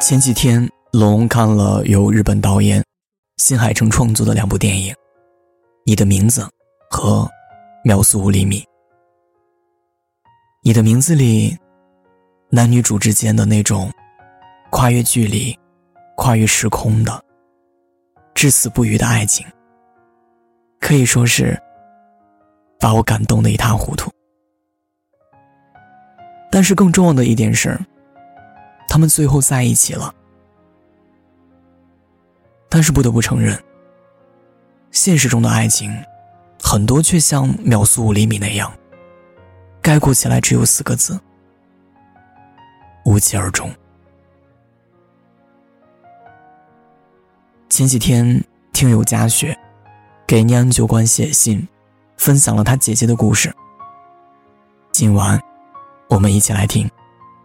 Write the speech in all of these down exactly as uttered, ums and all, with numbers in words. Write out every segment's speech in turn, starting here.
前几天龙看了由日本导演新海诚创作的两部电影《你的名字》和《秒速五厘米》。你的名字里男女主之间的那种跨越距离跨越时空的至死不渝的爱情，可以说是把我感动得一塌糊涂。但是更重要的一点是，他们最后在一起了。但是不得不承认，现实中的爱情很多却像秒速五厘米那样，概括起来只有四个字：无疾而终。前几天听友佳雪给念安酒馆写信，分享了她姐姐的故事。今晚我们一起来听。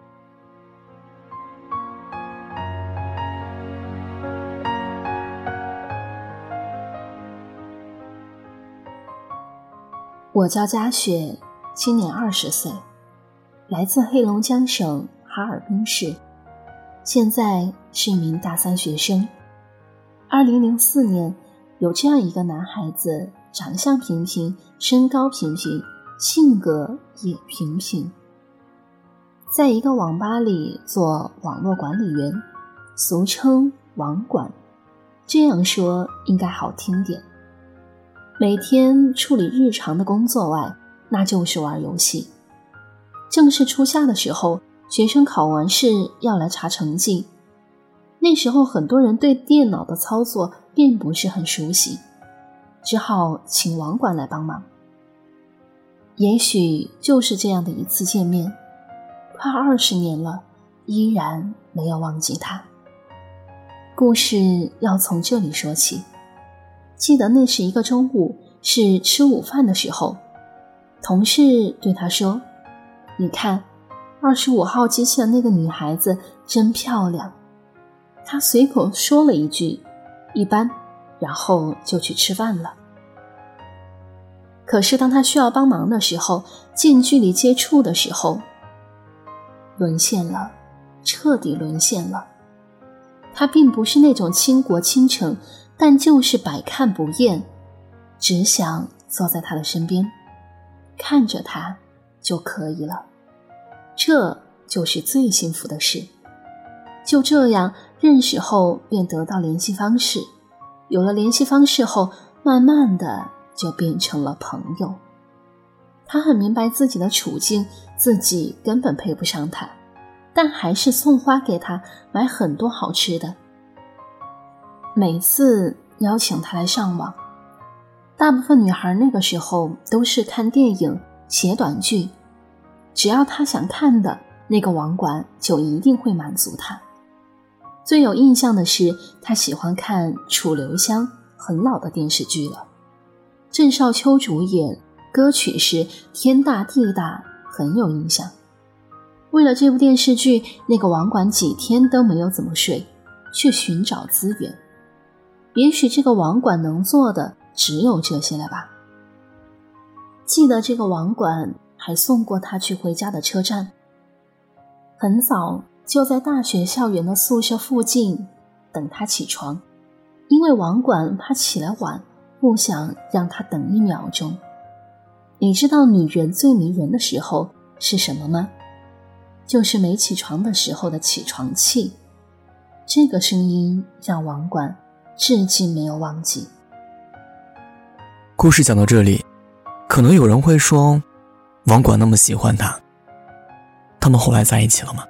我叫佳雪，今年二十岁，来自黑龙江省哈尔滨市，现在是一名大三学生。二零零四年，有这样一个男孩子，长相平平，身高平平，性格也平平，在一个网吧里做网络管理员，俗称网管，这样说应该好听点。每天处理日常的工作外，那就是玩游戏。正式初夏的时候，学生考完试要来查成绩，那时候很多人对电脑的操作并不是很熟悉，只好请网管来帮忙。也许就是这样的一次见面，快二十年了，依然没有忘记他。故事要从这里说起。记得那是一个中午，是吃午饭的时候，同事对他说：你看二十五号机器的那个女孩子真漂亮。他随口说了一句一般，然后就去吃饭了。可是当他需要帮忙的时候，近距离接触的时候，沦陷了，彻底沦陷了。他并不是那种倾国倾城，但就是百看不厌，只想坐在他的身边，看着他就可以了。这就是最幸福的事。就这样认识后便得到联系方式，有了联系方式后，慢慢的就变成了朋友。他很明白自己的处境，自己根本配不上他，但还是送花给他，买很多好吃的。每次邀请他来上网，大部分女孩那个时候都是看电影、写短剧，只要他想看的，那个网管就一定会满足他。最有印象的是，他喜欢看楚留香很老的电视剧了，郑少秋主演，歌曲是《天大地大》，很有印象。为了这部电视剧，那个网管几天都没有怎么睡，去寻找资源。也许这个网管能做的只有这些了吧。记得这个网管还送过他去回家的车站，很早就在大学校园的宿舍附近等他起床，因为网管怕起来晚，不想让他等一秒钟。你知道女人最迷人的时候是什么吗？就是没起床的时候的起床气。这个声音让网管至今没有忘记。 故事讲到这里，可能有人会说，网管那么喜欢他，他们后来在一起了吗？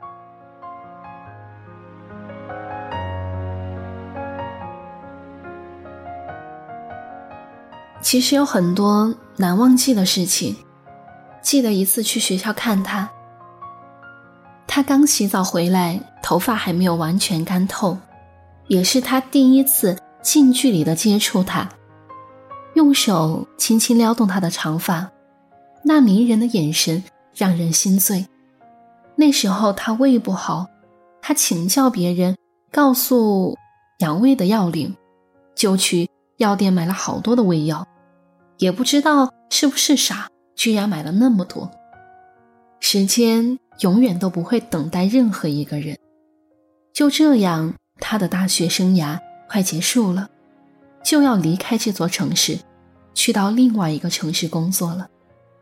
其实有很多难忘记的事情。记得一次去学校看他，他刚洗澡回来，头发还没有完全干透，也是他第一次近距离的接触他，用手轻轻撩动他的长发，那迷人的眼神让人心醉。那时候他胃不好，他请教别人，告诉养胃的药领，就去药店买了好多的胃药，也不知道是不是傻，居然买了那么多。时间永远都不会等待任何一个人， 就这样，他的大学生涯快结束了，就要离开这座城市，去到另外一个城市工作了。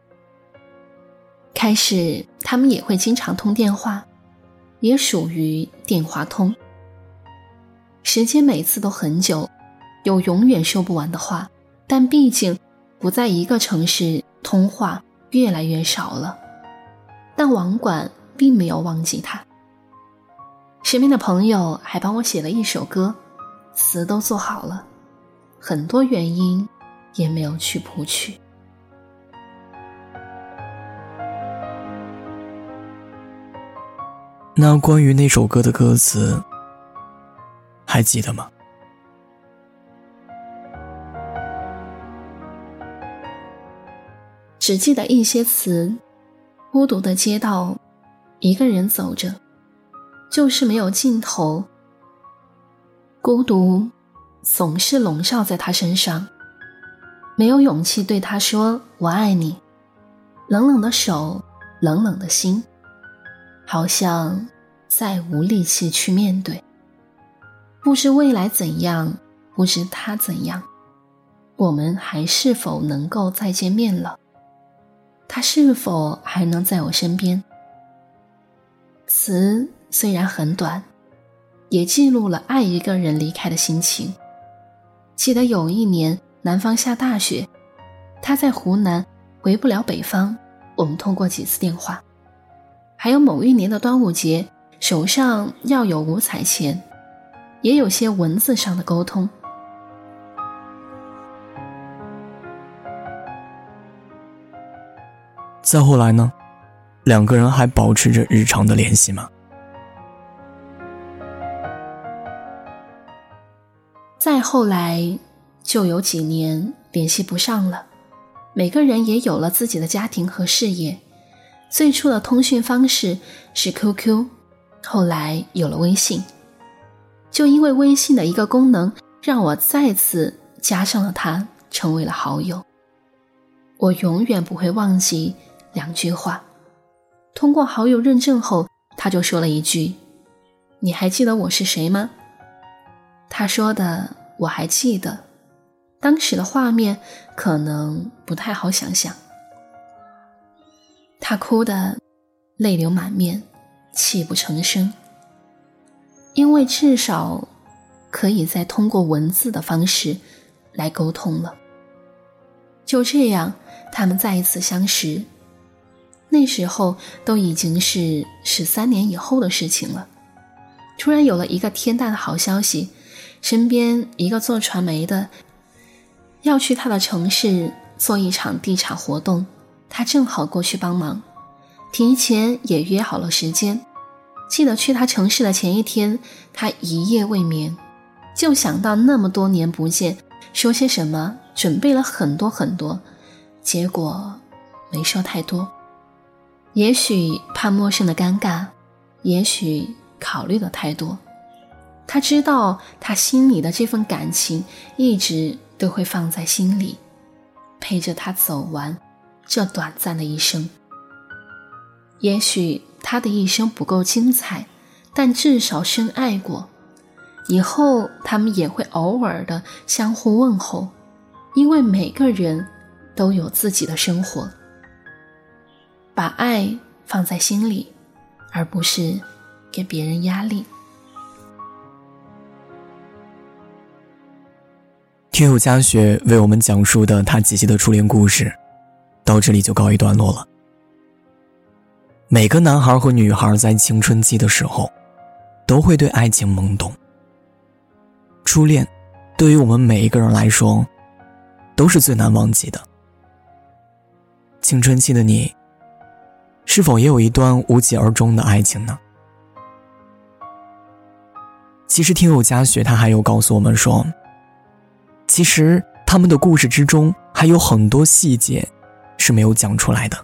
开始他们也会经常通电话，也属于电话通。时间每次都很久，有永远说不完的话，但毕竟不在一个城市，通话越来越少了。但网管并没有忘记他，身边的朋友还帮我写了一首歌，词都做好了，很多原因也没有去谱曲。 那关于那首歌的歌词还记得吗？ 只记得一些词，孤独的街道，一个人走着，就是没有尽头。孤独总是笼罩在他身上，没有勇气对他说我爱你，冷冷的手，冷冷的心，好像再无力气去面对。不知未来怎样，不知他怎样，我们还是否能够再见面了？他是否还能在我身边？词虽然很短，也记录了爱一个人离开的心情。记得有一年南方下大雪，他在湖南回不了北方，我们通过几次电话。还有某一年的端午节，手上要有五彩钱，也有些文字上的沟通。 再后来呢，两个人还保持着日常的联系吗？ 再后来就有几年联系不上了，每个人也有了自己的家庭和事业。最初的通讯方式是 Q Q， 后来有了微信。就因为微信的一个功能，让我再次加上了他，成为了好友。我永远不会忘记两句话。通过好友认证后，他就说了一句：你还记得我是谁吗？他说的我还记得，当时的画面可能不太好想象。他哭得泪流满面，泣不成声，因为至少可以再通过文字的方式来沟通了。就这样，他们再一次相识。那时候都已经是十三年以后的事情了。突然有了一个天大的好消息，身边一个做传媒的要去他的城市做一场地产活动，他正好过去帮忙，提前也约好了时间。记得去他城市的前一天，他一夜未眠，就想到那么多年不见，说些什么，准备了很多很多，结果没说太多。也许怕陌生的尴尬，也许考虑的太多。他知道他心里的这份感情一直都会放在心里，陪着他走完这短暂的一生。也许他的一生不够精彩，但至少深爱过。以后他们也会偶尔的相互问候，因为每个人都有自己的生活。把爱放在心里，而不是给别人压力。 听友佳雪为我们讲述的他姐姐的初恋故事到这里就告一段落了。每个男孩和女孩在青春期的时候都会对爱情懵懂，初恋对于我们每一个人来说都是最难忘记的。青春期的你是否也有一段无疾而终的爱情呢？其实听友佳雪他还有告诉我们说，其实他们的故事之中还有很多细节是没有讲出来的。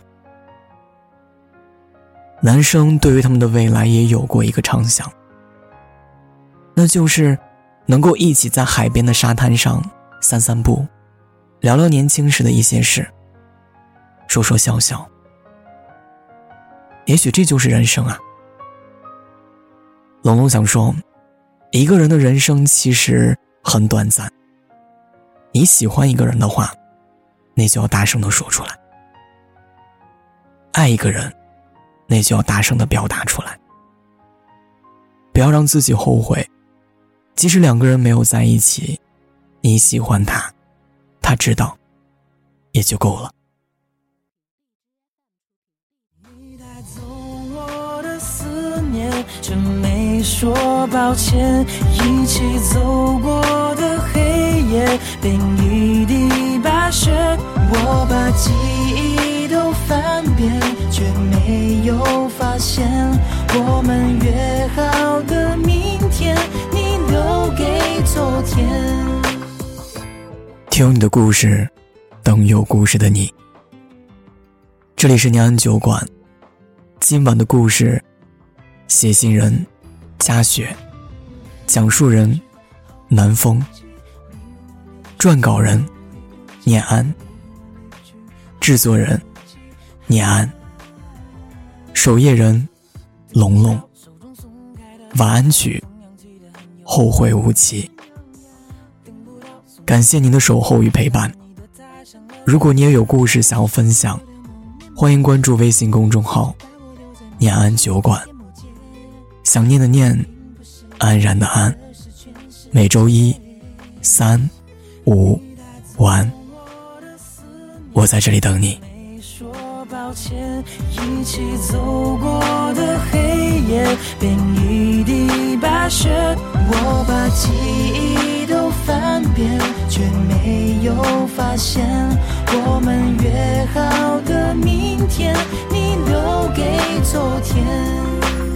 男生对于他们的未来也有过一个畅想，那就是能够一起在海边的沙滩上散散步，聊聊年轻时的一些事，说说笑笑。也许这就是人生啊。 龙龙想说，一个人的人生其实很短暂，你喜欢一个人的话，那就要大声地说出来；爱一个人，那就要大声地表达出来。不要让自己后悔，即使两个人没有在一起，你喜欢他，他知道，也就够了。 你带走我的思念，却没说抱歉，一起走过的黑夜变一地白雪，我把记忆都翻遍，却没有发现我们约好的明天你留给昨天。 听你的故事，等有故事的你。这里是念安酒馆，今晚的故事，写信人佳雪，讲述人南风，撰稿人念安，制作人念安，守夜人龙龙，晚安曲后会无期。感谢您的守候与陪伴。如果你也有故事想要分享，欢迎关注微信公众号念安酒馆，想念的念，安然的安。每周一三五晚，我在这里等你。 抱歉，一起走过的黑夜变一地白雪，我把记忆都翻遍，却没有发现我们约好的明天你留给昨天。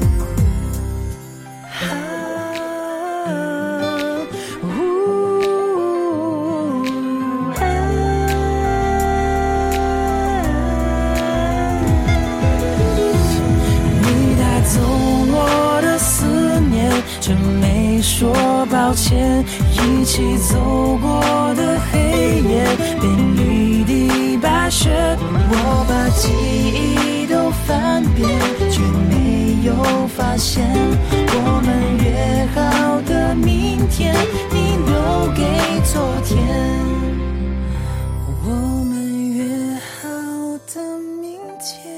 却没说抱歉，一起走过的黑夜变一地白雪，我把记忆都翻遍，却没有发现我们约好的明天你留给昨天，我们约好的明天